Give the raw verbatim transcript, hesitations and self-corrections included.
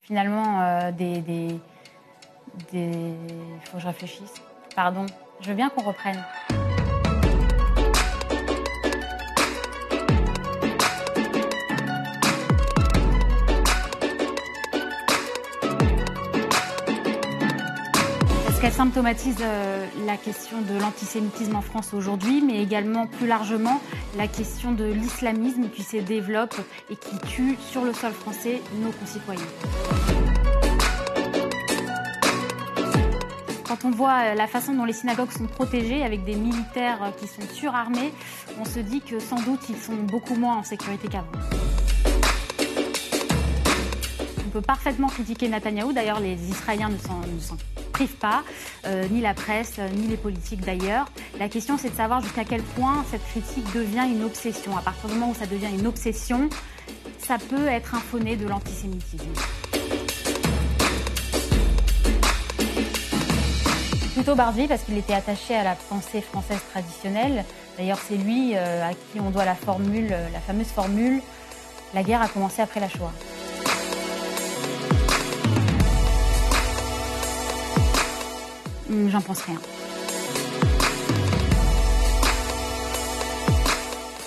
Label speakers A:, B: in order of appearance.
A: finalement euh, des, des, des... Il faut que je réfléchisse. Pardon, je veux bien qu'on reprenne. Parce qu'elle symptomatise euh, la question de l'antisémitisme en France aujourd'hui, mais également plus largement la question de l'islamisme qui se développe et qui tue sur le sol français nos concitoyens. Quand on voit la façon dont les synagogues sont protégées avec des militaires qui sont surarmés, on se dit que sans doute ils sont beaucoup moins en sécurité qu'avant. On peut parfaitement critiquer Netanyahou, d'ailleurs les Israéliens ne s'en, ne s'en privent pas, euh, ni la presse, ni les politiques d'ailleurs. La question c'est de savoir jusqu'à quel point cette critique devient une obsession. À partir du moment où ça devient une obsession, ça peut être un fauné de l'antisémitisme. Plutôt Bardi parce qu'il était attaché à la pensée française traditionnelle. D'ailleurs c'est lui euh, à qui on doit la formule, la fameuse formule « La guerre a commencé après la Shoah ». J'en pense rien.